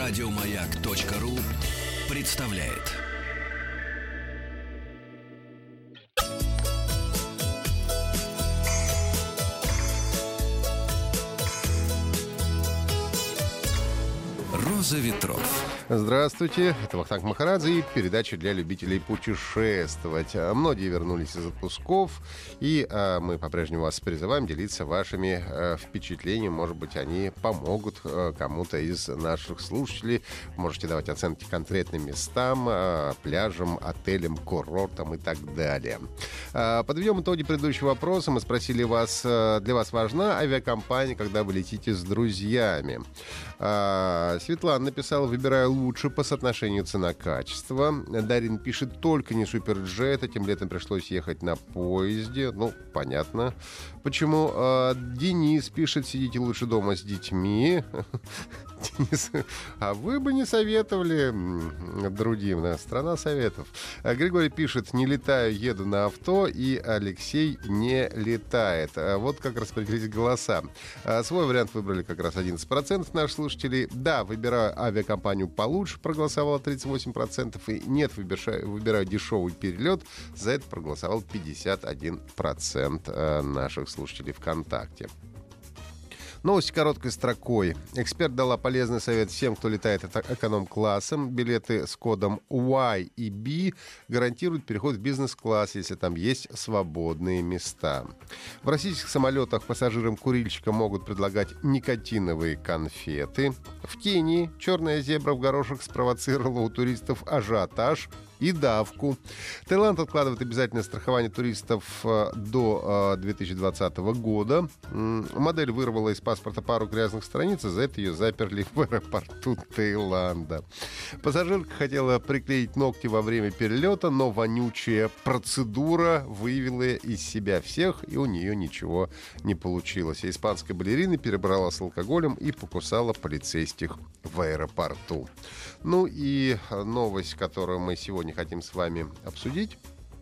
Радиомаяк.ру представляет. «Роза ветров». Здравствуйте, это Вахтанг Махарадзе и передача для любителей путешествовать. Многие вернулись из отпусков, и мы по-прежнему вас призываем делиться вашими впечатлениями. Может быть, они помогут кому-то из наших слушателей. Можете давать оценки конкретным местам, пляжам, отелям, курортам и так далее. Подведем итоги предыдущего вопроса. Мы спросили вас, для вас важна авиакомпания, когда вы летите с друзьями? Светлана написала: выбираю лучше по соотношению цена-качество. Дарин пишет: только не суперджет. Этим летом пришлось ехать на поезде. Ну, понятно. Почему? Денис пишет: сидите лучше дома с детьми. Денис, а вы бы не советовали другим, да? Страна советов. Григорий пишет: не летаю, еду на авто. И Алексей: не летает. Вот как распределить голоса. Свой вариант выбрали как раз 11% наших слушателей. Да, выбираю авиакомпанию получше, проголосовало 38%. И нет, выбираю дешевый перелет. За это проголосовал 51% наших слушателей ВКонтакте. Новости короткой строкой. Эксперт дала полезный совет всем, кто летает эконом-классом. Билеты с кодом Y и B гарантируют переход в бизнес-класс, если там есть свободные места. В российских самолетах пассажирам-курильщикам могут предлагать никотиновые конфеты. В Кении черная зебра в горошек спровоцировала у туристов ажиотаж и давку. Таиланд откладывает обязательное страхование туристов до 2020 года. Модель вырвала из паспорта пару грязных страниц, и за это ее заперли в аэропорту Таиланда. Пассажирка хотела приклеить ногти во время перелета, но вонючая процедура вывела из себя всех, и у нее ничего не получилось. Испанская балерина перебрала с алкоголем и покусала полицейских в аэропорту. Ну и новость, которую мы сегодня хотим с вами обсудить.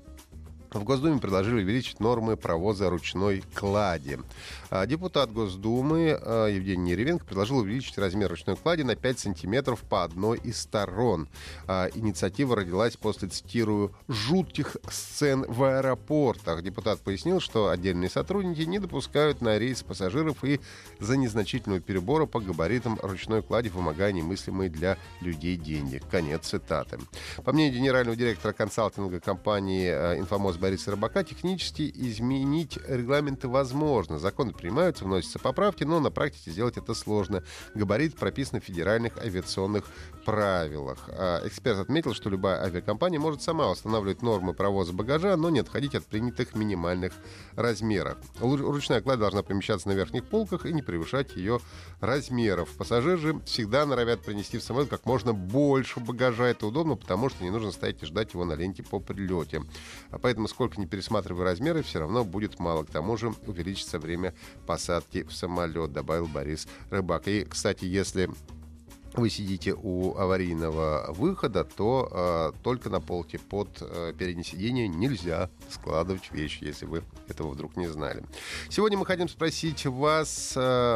В Госдуме предложили увеличить нормы провоза ручной клади. Депутат Госдумы Евгений Неревенко предложил увеличить размер ручной клади на 5 сантиметров по одной из сторон. Инициатива родилась после, цитирую, «жутких сцен в аэропортах». Депутат пояснил, что отдельные сотрудники не допускают на рейс пассажиров и за незначительного перебора по габаритам ручной клади вымогая немыслимые для людей деньги. Конец цитаты. По мнению генерального директора консалтинговой компании «Инфомоз» Бориса Рыбака, технически изменить регламенты возможно. Законы принимаются, вносятся поправки, но на практике сделать это сложно. Габарит прописан в федеральных авиационных правилах. Эксперт отметил, что любая авиакомпания может сама устанавливать нормы провоза багажа, но не отходить от принятых минимальных размеров. Ручная кладь должна помещаться на верхних полках и не превышать ее размеров. Пассажиры же всегда норовят принести в самолет как можно больше багажа. Это удобно, потому что не нужно стоять и ждать его на ленте по прилете. Поэтому сколько ни пересматривай размеры, все равно будет мало. К тому же увеличится время посадки в самолет, добавил Борис Рыбак. И, кстати, если вы сидите у аварийного выхода, то только на полке под переднее сиденье нельзя складывать вещи, если вы этого вдруг не знали. Сегодня мы хотим спросить вас,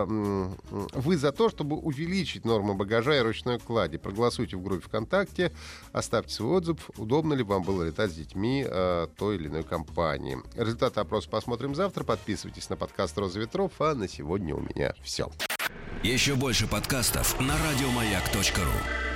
вы за то, чтобы увеличить норму багажа и ручной клади? Проголосуйте в группе ВКонтакте, оставьте свой отзыв, удобно ли вам было летать с детьми той или иной компании. Результаты опроса посмотрим завтра. Подписывайтесь на подкаст «Роза ветров», а на сегодня у меня все. Еще больше подкастов на радиомаяк.ру.